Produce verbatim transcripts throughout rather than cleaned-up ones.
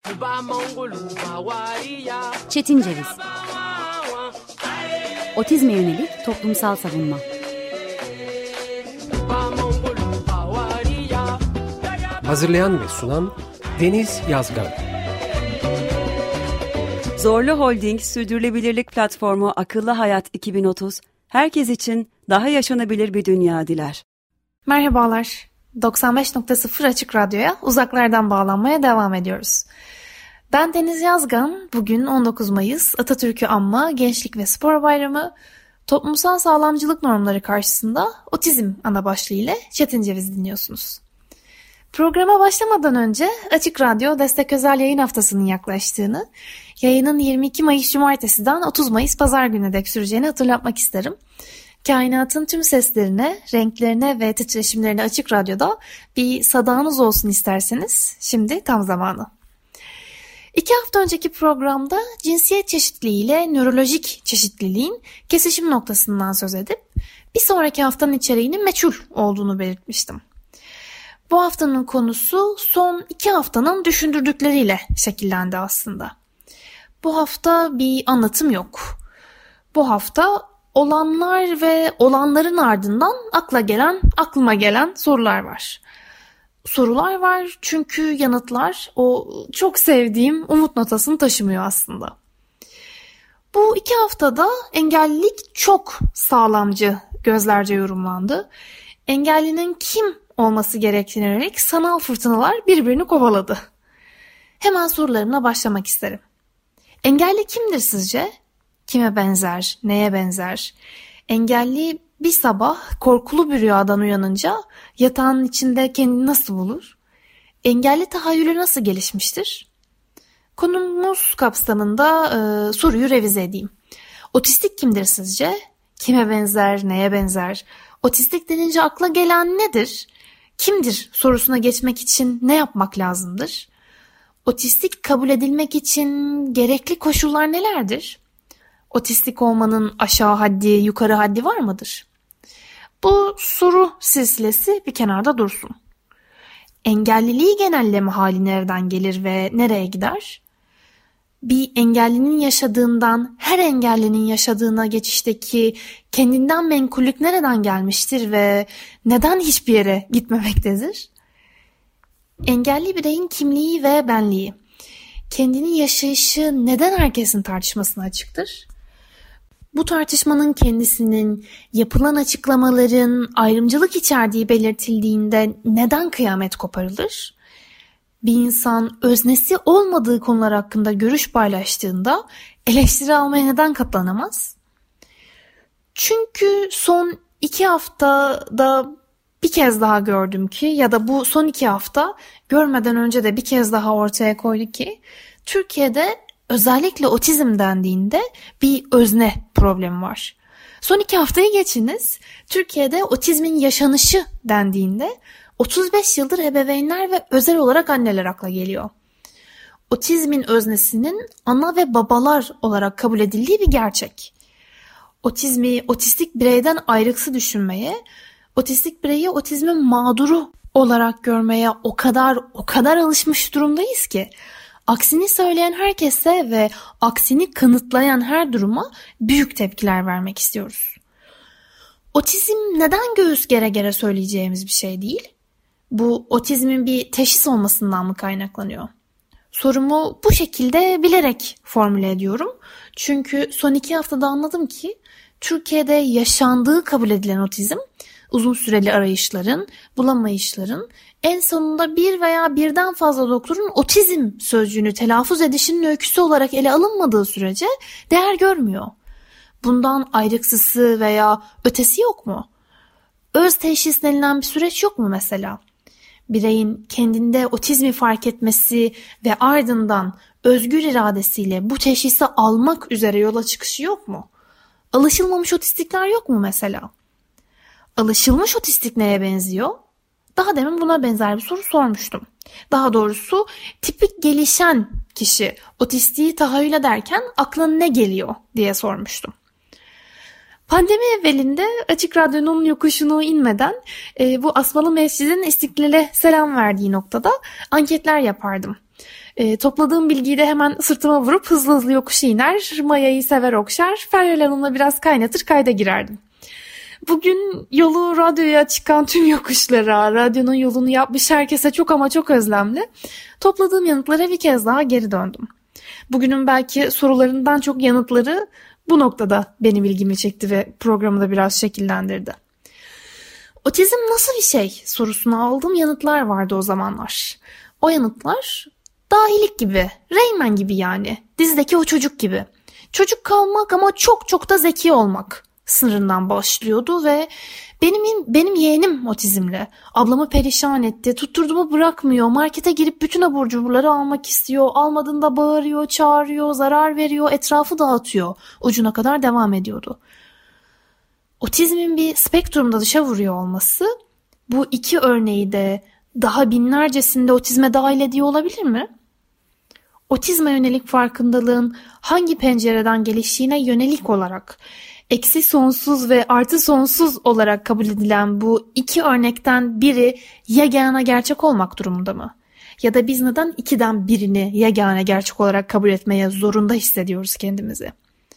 Çetin Ceviz. Otizme yönelik toplumsal savunma. Hazırlayan ve sunan Deniz Yazgan. Zorlu Holding Sürdürülebilirlik Platformu Akıllı Hayat iki bin otuz, herkes için daha yaşanabilir bir dünya diler. Merhabalar, doksan beş nokta sıfır Açık Radyo'ya uzaklardan bağlanmaya devam ediyoruz. Ben Deniz Yazgan, bugün on dokuz Mayıs Atatürk'ü Anma Gençlik ve Spor Bayramı, toplumsal sağlamcılık normları karşısında otizm ana başlığı ile Çetin Ceviz dinliyorsunuz. Programa başlamadan önce Açık Radyo Destek Özel Yayın Haftası'nın yaklaştığını, yayının yirmi iki Mayıs Cumartesi'den otuz Mayıs Pazar gününe dek süreceğini hatırlatmak isterim. Kainatın tüm seslerine, renklerine ve titreşimlerine Açık Radyo'da bir sadağınız olsun isterseniz şimdi tam zamanı. İki hafta önceki programda cinsiyet çeşitliliği ile nörolojik çeşitliliğin kesişim noktasından söz edip bir sonraki haftanın içeriğinin meçhul olduğunu belirtmiştim. Bu haftanın konusu son iki haftanın düşündürdükleriyle şekillendi aslında. Bu hafta bir anlatım yok. Bu hafta olanlar ve olanların ardından akla gelen, aklıma gelen sorular var. Sorular var çünkü yanıtlar o çok sevdiğim umut notasını taşımıyor aslında. Bu iki haftada engellilik çok sağlamcı gözlerce yorumlandı. Engellinin kim olması gerektiğine yönelik sanal fırtınalar birbirini kovaladı. Hemen sorularımla başlamak isterim. Engelli kimdir sizce? Kime benzer? Neye benzer? Engelli bir sabah korkulu bir rüyadan uyanınca yatağın içinde kendini nasıl bulur? Engelli tahayyülü nasıl gelişmiştir? Konumuz kapsamında e, soruyu revize edeyim. Otistik kimdir sizce? Kime benzer? Neye benzer? Otistik denince akla gelen nedir? Kimdir sorusuna geçmek için ne yapmak lazımdır? Otistik kabul edilmek için gerekli koşullar nelerdir? Otistik olmanın aşağı haddi, yukarı haddi var mıdır? Bu soru silsilesi bir kenarda dursun. Engelliliği genelleme hali nereden gelir ve nereye gider? Bir engellinin yaşadığından her engellinin yaşadığına geçişteki kendinden menkullük nereden gelmiştir ve neden hiçbir yere gitmemektedir? Engelli bireyin kimliği ve benliği, kendini yaşayışı neden herkesin tartışmasına açıktır? Bu tartışmanın kendisinin, yapılan açıklamaların ayrımcılık içerdiği belirtildiğinde neden kıyamet koparılır? Bir insan öznesi olmadığı konular hakkında görüş paylaştığında eleştiri almaya neden katlanamaz? Çünkü son iki haftada bir kez daha gördüm ki ya da bu son iki hafta görmeden önce de bir kez daha ortaya koydu ki Türkiye'de özellikle otizm dendiğinde bir özne problemi var. Son iki haftayı geçiniz, Türkiye'de otizmin yaşanışı dendiğinde otuz beş yıldır ebeveynler ve özel olarak anneler akla geliyor. Otizmin öznesinin ana ve babalar olarak kabul edildiği bir gerçek. Otizmi otistik bireyden ayrıksı düşünmeye, otistik bireyi otizmin mağduru olarak görmeye o kadar o kadar alışmış durumdayız ki aksini söyleyen herkese ve aksini kanıtlayan her duruma büyük tepkiler vermek istiyoruz. Otizm neden göğüs gere gere söyleyeceğimiz bir şey değil? Bu otizmin bir teşhis olmasından mı kaynaklanıyor? Sorumu bu şekilde bilerek formüle ediyorum. Çünkü son iki haftada anladım ki Türkiye'de yaşandığı kabul edilen otizm, uzun süreli arayışların, bulamayışların, en sonunda bir veya birden fazla doktorun otizm sözcüğünü telaffuz edişinin öyküsü olarak ele alınmadığı sürece değer görmüyor. Bundan ayrıksısı veya ötesi yok mu? Öz teşhis denilen bir süreç yok mu mesela? Bireyin kendinde otizmi fark etmesi ve ardından özgür iradesiyle bu teşhisi almak üzere yola çıkışı yok mu? Alışılmamış otistikler yok mu mesela? Alışılmış otistik neye benziyor? Daha demin buna benzer bir soru sormuştum. Daha doğrusu tipik gelişen kişi otistiği tahayyül ederken aklına ne geliyor diye sormuştum. Pandemi evvelinde Açık Radyo'nun yokuşunu inmeden e, bu Asmalı Mescid'in İstiklal'e selam verdiği noktada anketler yapardım. E, topladığım bilgiyi de hemen sırtıma vurup hızlı hızlı yokuş iner, Maya'yı sever okşar, Feryal Hanım'la biraz kaynatır kayda girerdim. Bugün yolu radyoya çıkan tüm yokuşlara, radyonun yolunu yapmış herkese çok ama çok özlemli. Topladığım yanıtlara bir kez daha geri döndüm. Bugünün belki sorularından çok yanıtları bu noktada benim ilgimi çekti ve programı da biraz şekillendirdi. Otizm nasıl bir şey sorusuna aldığım yanıtlar vardı o zamanlar. O yanıtlar dahilik gibi, Rayman gibi yani, dizideki o çocuk gibi. Çocuk kalmak ama çok çok da zeki olmak sınırından başlıyordu ve benim benim yeğenim otizmli. Ablamı perişan etti, tutturduğumu bırakmıyor, markete girip bütün abur cuburları almak istiyor, almadığında bağırıyor, çağırıyor, zarar veriyor, etrafı dağıtıyor. Ucuna kadar devam ediyordu. Otizmin bir spektrumda dışa vuruyor olması bu iki örneği de daha binlercesinde otizme dahil ediyor olabilir mi? Otizme yönelik farkındalığın hangi pencereden geliştiğine yönelik olarak eksi sonsuz ve artı sonsuz olarak kabul edilen bu iki örnekten biri yegane gerçek olmak durumunda mı? Ya da biz neden ikiden birini yegane gerçek olarak kabul etmeye zorunda hissediyoruz kendimizi?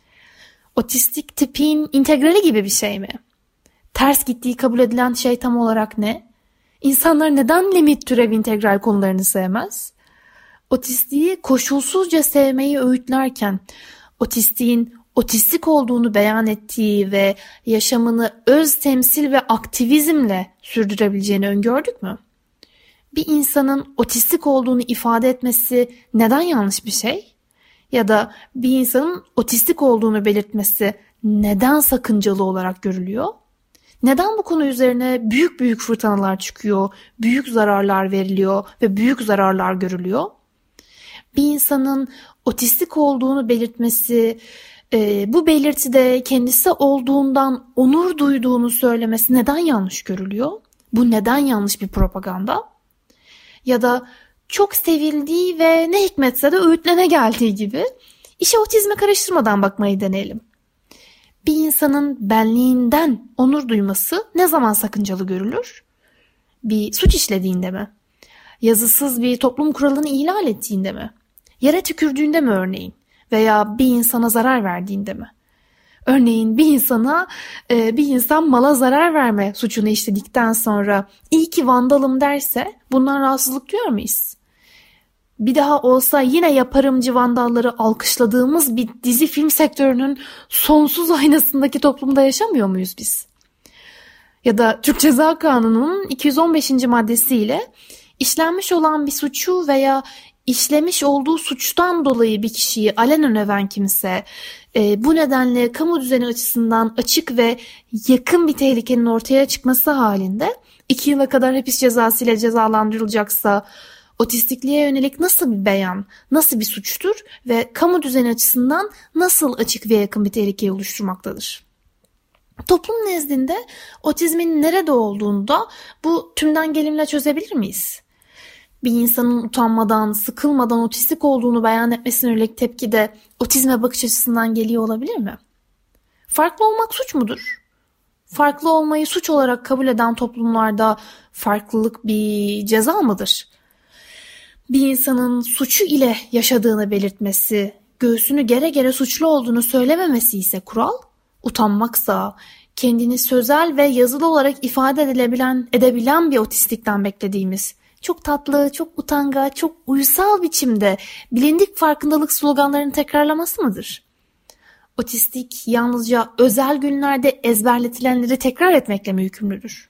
Otistik tipin integrali gibi bir şey mi? Ters gittiği kabul edilen şey tam olarak ne? İnsanlar neden limit türev integral konularını sevmez? Otistiği koşulsuzca sevmeyi öğütlerken, otistiğin otistik olduğunu beyan ettiği ve yaşamını öz temsil ve aktivizmle sürdürebileceğini öngördük mü? Bir insanın otistik olduğunu ifade etmesi neden yanlış bir şey? Ya da bir insanın otistik olduğunu belirtmesi neden sakıncalı olarak görülüyor? Neden bu konu üzerine büyük büyük fırtınalar çıkıyor, büyük zararlar veriliyor ve büyük zararlar görülüyor? Bir insanın otistik olduğunu belirtmesi, e, bu belirtide kendisi olduğundan onur duyduğunu söylemesi neden yanlış görülüyor? Bu neden yanlış bir propaganda? Ya da çok sevildiği ve ne hikmetse de öğütlene geldiği gibi işe otizme karıştırmadan bakmayı deneyelim. Bir insanın benliğinden onur duyması ne zaman sakıncalı görülür? Bir suç işlediğinde mi? Yazısız bir toplum kuralını ihlal ettiğinde mi? Yere tükürdüğünde mi örneğin? Veya bir insana zarar verdiğinde mi? Örneğin bir insana, bir insan mala zarar verme suçunu işledikten sonra iyi ki vandalım derse bundan rahatsızlık duyar mıyız? Bir daha olsa yine yaparımcı vandalları alkışladığımız bir dizi film sektörünün sonsuz aynasındaki toplumda yaşamıyor muyuz biz? Ya da Türk Ceza Kanunu'nun iki yüz on beşinci maddesiyle işlenmiş olan bir suçu veya işlemiş olduğu suçtan dolayı bir kişiyi alenen öven kimse, e, bu nedenle kamu düzeni açısından açık ve yakın bir tehlikenin ortaya çıkması halinde iki yıla kadar hapis cezası ile cezalandırılacaksa, otistikliğe yönelik nasıl bir beyan, nasıl bir suçtur ve kamu düzeni açısından nasıl açık ve yakın bir tehlikeyi oluşturmaktadır? Toplum nezdinde otizmin nerede olduğunu da bu tümden gelimle çözebilir miyiz? Bir insanın utanmadan, sıkılmadan otistik olduğunu beyan etmesine yönelik tepki de otizme bakış açısından geliyor olabilir mi? Farklı olmak suç mudur? Farklı olmayı suç olarak kabul eden toplumlarda farklılık bir ceza mıdır? Bir insanın suçu ile yaşadığını belirtmesi, göğsünü gere gere suçlu olduğunu söylememesi ise kural, utanmaksa, kendini sözel ve yazılı olarak ifade edilebilen, edebilen bir otistikten beklediğimiz, çok tatlı, çok utangaç, çok uysal biçimde bilindik farkındalık sloganlarını tekrarlaması mıdır? Otistik yalnızca özel günlerde ezberletilenleri tekrar etmekle mi yükümlüdür?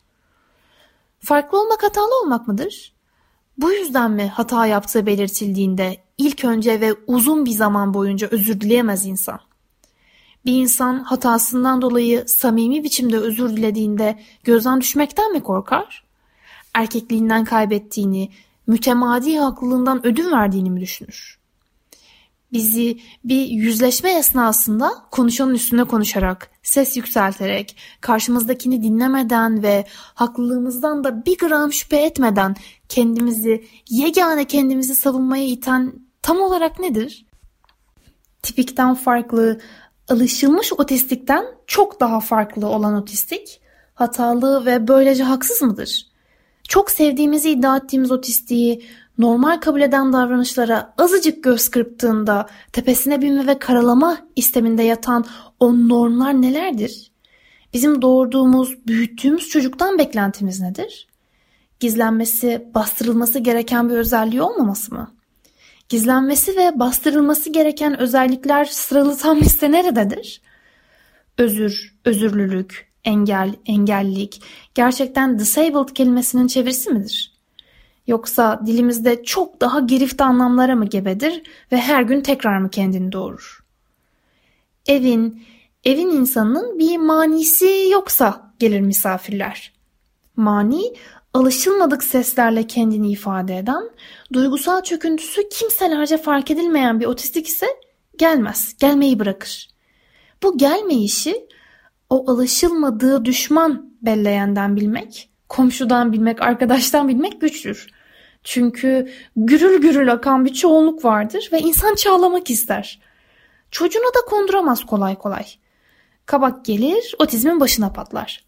Farklı olmak hatalı olmak mıdır? Bu yüzden mi hata yaptığı belirtildiğinde ilk önce ve uzun bir zaman boyunca özür dileyemez insan? Bir insan hatasından dolayı samimi biçimde özür dilediğinde gözden düşmekten mi korkar? Erkekliğinden kaybettiğini, mütemadi haklılığından ödün verdiğini mi düşünür? Bizi bir yüzleşme esnasında konuşanın üstüne konuşarak, ses yükselterek, karşımızdakini dinlemeden ve haklılığımızdan da bir gram şüphe etmeden kendimizi, yegane kendimizi savunmaya iten tam olarak nedir? Tipikten farklı, alışılmış otistikten çok daha farklı olan otistik, hatalı ve böylece haksız mıdır? Çok sevdiğimizi iddia ettiğimiz otistiği normal kabul eden davranışlara azıcık göz kırptığında tepesine binme ve karalama isteminde yatan o normlar nelerdir? Bizim doğurduğumuz, büyüttüğümüz çocuktan beklentimiz nedir? Gizlenmesi, bastırılması gereken bir özelliği olmaması mı? Gizlenmesi ve bastırılması gereken özellikler sıralı tam liste nerededir? Özür, özürlülük, engel, engellilik gerçekten disabled kelimesinin çevirisi midir? Yoksa dilimizde çok daha girift anlamlara mı gebedir ve her gün tekrar mı kendini doğurur? Evin, evin insanının bir manisi yoksa gelir misafirler. Mani, alışılmadık seslerle kendini ifade eden, duygusal çöküntüsü kimselerce fark edilmeyen bir otistik ise gelmez, gelmeyi bırakır. Bu gelmeyişi o alışılmadığı düşman belleyenden bilmek, komşudan bilmek, arkadaştan bilmek güçtür. Çünkü gürül gürül akan bir çoğunluk vardır ve insan çağlamak ister. Çocuğuna da konduramaz kolay kolay. Kabak gelir, otizmin başına patlar.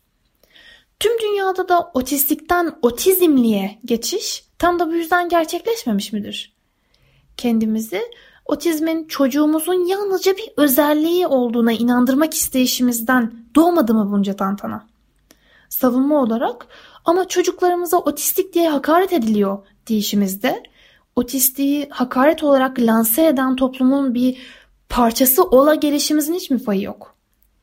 Tüm dünyada da otistikten otizmliğe geçiş tam da bu yüzden gerçekleşmemiş midir? Kendimizi otizmin çocuğumuzun yalnızca bir özelliği olduğuna inandırmak isteyişimizden doğmadı mı bunca tantana? Savunma olarak ama çocuklarımıza otistik diye hakaret ediliyor deyişimizde otistiği hakaret olarak lanse eden toplumun bir parçası ola gelişimizin hiç mi payı yok?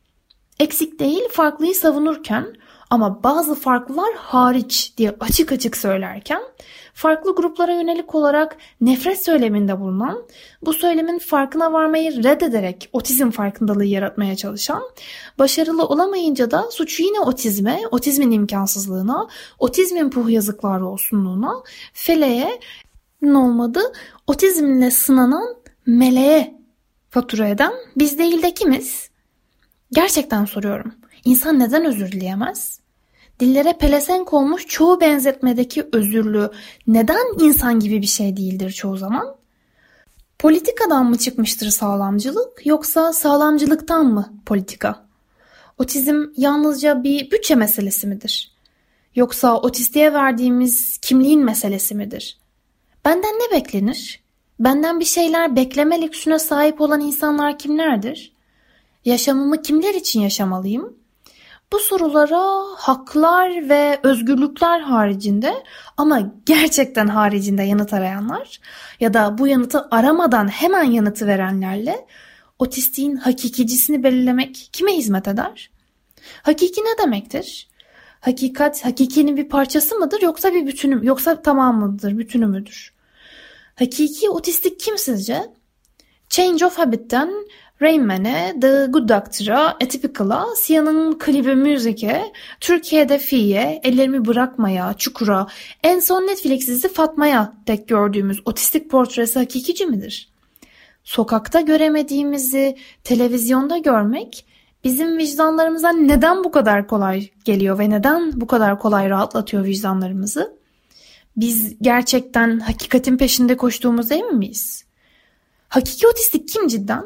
Eksik değil farklıyı savunurken ama bazı farklılar hariç diye açık açık söylerken farklı gruplara yönelik olarak nefret söyleminde bulunan, bu söylemin farkına varmayı reddederek otizm farkındalığı yaratmaya çalışan, başarılı olamayınca da suçu yine otizme, otizmin imkansızlığına, otizmin puh yazıklar olsunluğuna, feleğe, ne olmadı, otizmle sınanan meleğe fatura eden biz değil de kimiz? Gerçekten soruyorum. İnsan neden özür dileyemez? Dillere pelesenk olmuş çoğu benzetmedeki özürlü neden insan gibi bir şey değildir çoğu zaman? Politikadan mı çıkmıştır sağlamcılık yoksa sağlamcılıktan mı politika? Otizm yalnızca bir bütçe meselesi midir? Yoksa otistiğe verdiğimiz kimliğin meselesi midir? Benden ne beklenir? Benden bir şeyler bekleme lüksüne sahip olan insanlar kimlerdir? Yaşamımı kimler için yaşamalıyım? Bu sorulara haklar ve özgürlükler haricinde ama gerçekten haricinde yanıt arayanlar ya da bu yanıtı aramadan hemen yanıtı verenlerle otistiğin hakikicisini belirlemek kime hizmet eder? Hakiki ne demektir? Hakikat hakikinin bir parçası mıdır yoksa bir bütünü yoksa tamamıdır, bütünü müdür? Hakiki otistik kim sizce? Change of Habit'ten Rain Man'e, The Good Doctor'a, Atypical'a, Sia'nın klibi Music'e, Türkiye'de Fi'ye, Ellerimi Bırakmaya, Çukur'a, en son Netflix dizisi Fatma'ya tek gördüğümüz otistik portresi hakikici midir? Sokakta göremediğimizi televizyonda görmek bizim vicdanlarımıza neden bu kadar kolay geliyor ve neden bu kadar kolay rahatlatıyor vicdanlarımızı? Biz gerçekten hakikatin peşinde koştuğumuz emin miyiz? Hakiki otistik kim cidden?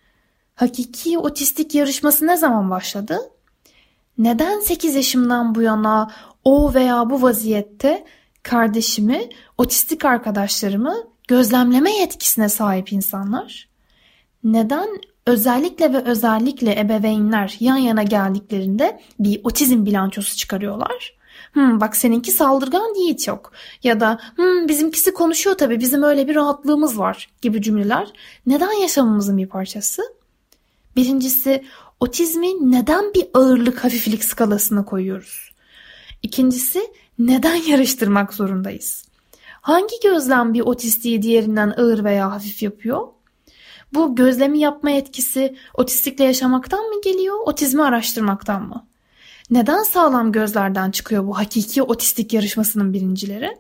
Hakiki otistik yarışması ne zaman başladı? Neden sekiz yaşımdan bu yana o veya bu vaziyette kardeşimi, otistik arkadaşlarımı gözlemleme yetkisine sahip insanlar? Neden özellikle ve özellikle ebeveynler yan yana geldiklerinde bir otizm bilançosu çıkarıyorlar? Hmm, bak seninki saldırgan değil çok ya da hmm, bizimkisi konuşuyor tabii bizim öyle bir rahatlığımız var gibi cümleler neden yaşamımızın bir parçası? Birincisi otizmi neden bir ağırlık hafiflik skalasına koyuyoruz? İkincisi neden yarıştırmak zorundayız? Hangi gözlem bir otistiği diğerinden ağır veya hafif yapıyor? Bu gözlemi yapma etkisi otistikle yaşamaktan mı geliyor, otizmi araştırmaktan mı? Neden sağlam gözlerden çıkıyor bu hakiki otistik yarışmasının birincileri?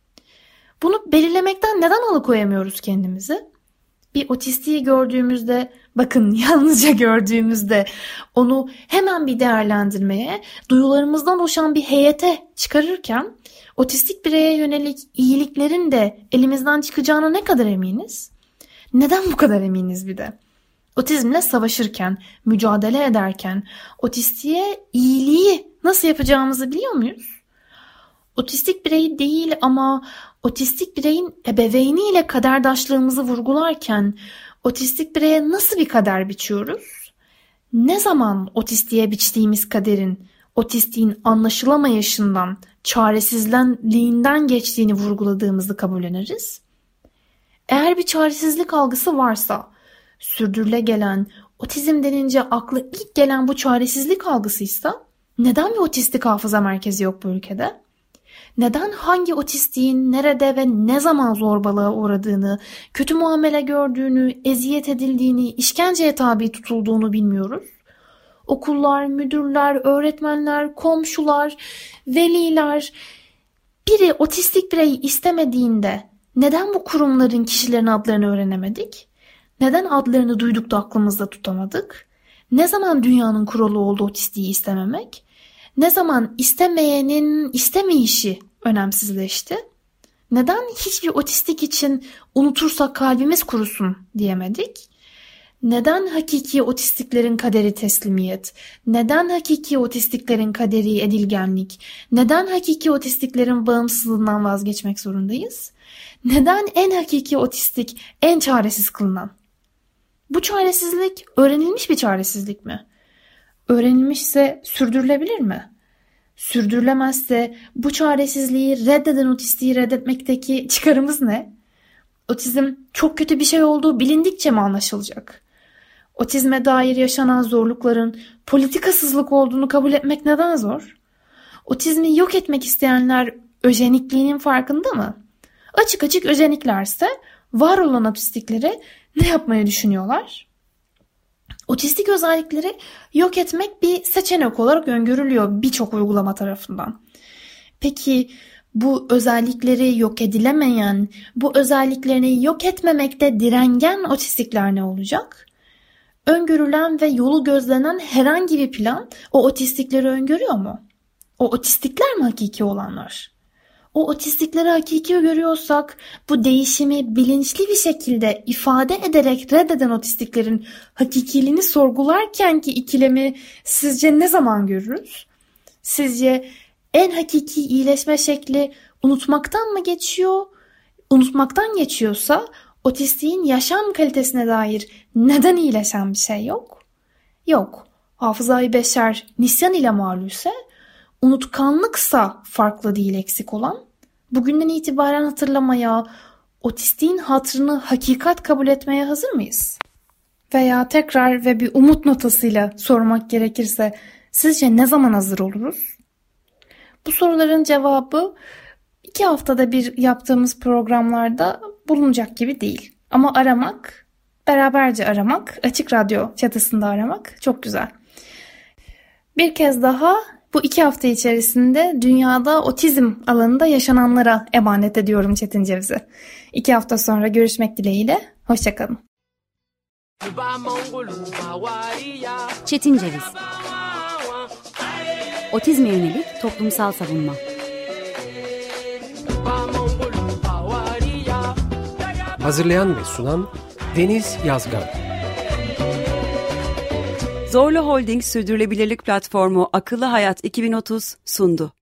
Bunu belirlemekten neden alıkoyamıyoruz kendimizi? Bir otistiği gördüğümüzde, bakın yalnızca gördüğümüzde onu hemen bir değerlendirmeye, duyularımızdan oluşan bir heyete çıkarırken otistik bireye yönelik iyiliklerin de elimizden çıkacağına ne kadar eminiz? Neden bu kadar eminiz bir de? Otizmle savaşırken, mücadele ederken otistiğe iyiliği nasıl yapacağımızı biliyor muyuz? Otistik birey değil ama otistik bireyin ebeveyniyle kaderdaşlığımızı vurgularken otistik bireye nasıl bir kader biçiyoruz? Ne zaman otistiğe biçtiğimiz kaderin otistiğin anlaşılamayışından, çaresizliğinden geçtiğini vurguladığımızı kabulleniriz? Eğer bir çaresizlik algısı varsa, sürdürüle gelen, otizm denince akla ilk gelen bu çaresizlik algısıysa, neden bir otistik hafıza merkezi yok bu ülkede? Neden hangi otistiğin nerede ve ne zaman zorbalığa uğradığını, kötü muamele gördüğünü, eziyet edildiğini, işkenceye tabi tutulduğunu bilmiyoruz? Okullar, müdürler, öğretmenler, komşular, veliler, biri otistik bireyi istemediğinde neden bu kurumların kişilerin adlarını öğrenemedik? Neden adlarını duyduk da aklımızda tutamadık? Ne zaman dünyanın kuralı oldu otistiği istememek? Ne zaman istemeyenin istemeyişi önemsizleşti? Neden hiçbir otistik için unutursak kalbimiz kurusun diyemedik? Neden hakiki otistiklerin kaderi teslimiyet? Neden hakiki otistiklerin kaderi edilgenlik? Neden hakiki otistiklerin bağımsızlığından vazgeçmek zorundayız? Neden en hakiki otistik en çaresiz kılınan? Bu çaresizlik öğrenilmiş bir çaresizlik mi? Öğrenilmişse sürdürülebilir mi? Sürdürülemezse bu çaresizliği reddeden otistiği reddetmekteki çıkarımız ne? Otizm çok kötü bir şey olduğu bilindikçe mi anlaşılacak? Otizme dair yaşanan zorlukların politikasızlık olduğunu kabul etmek neden zor? Otizmi yok etmek isteyenler öjenikliğinin farkında mı? Açık açık öjeniklerse var olan otistikleri ne yapmayı düşünüyorlar? Otistik özellikleri yok etmek bir seçenek olarak öngörülüyor birçok uygulama tarafından. Peki bu özellikleri yok edilemeyen, bu özelliklerini yok etmemekte direngen otistikler ne olacak? Öngörülen ve yolu gözlenen herhangi bir plan o otistikleri öngörüyor mu? O otistikler mi hakiki olanlar? O otistikleri hakiki görüyorsak bu değişimi bilinçli bir şekilde ifade ederek reddeden otistiklerin hakikiliğini sorgularkenki ikilemi sizce ne zaman görürüz? Sizce en hakiki iyileşme şekli unutmaktan mı geçiyor? Unutmaktan geçiyorsa otistiğin yaşam kalitesine dair neden iyileşen bir şey yok? Yok. Hafızayı beşer nisyan ile malulse, unutkanlıksa farklı değil eksik olan, bugünden itibaren hatırlamaya, otistiğin hatırını hakikat kabul etmeye hazır mıyız? Veya tekrar ve bir umut notasıyla sormak gerekirse, sizce ne zaman hazır oluruz? Bu soruların cevabı iki haftada bir yaptığımız programlarda bulunacak gibi değil. Ama aramak, beraberce aramak, Açık Radyo çatısında aramak çok güzel. Bir kez daha bu iki hafta içerisinde dünyada otizm alanında yaşananlara emanet ediyorum Çetin Ceviz'i. İki hafta sonra görüşmek dileğiyle, hoşçakalın. Çetin Ceviz. Otizme yönelik toplumsal savunma. Hazırlayan ve sunan Deniz Yazgan. Zorlu Holding Sürdürülebilirlik Platformu Akıllı Hayat iki bin otuz sundu.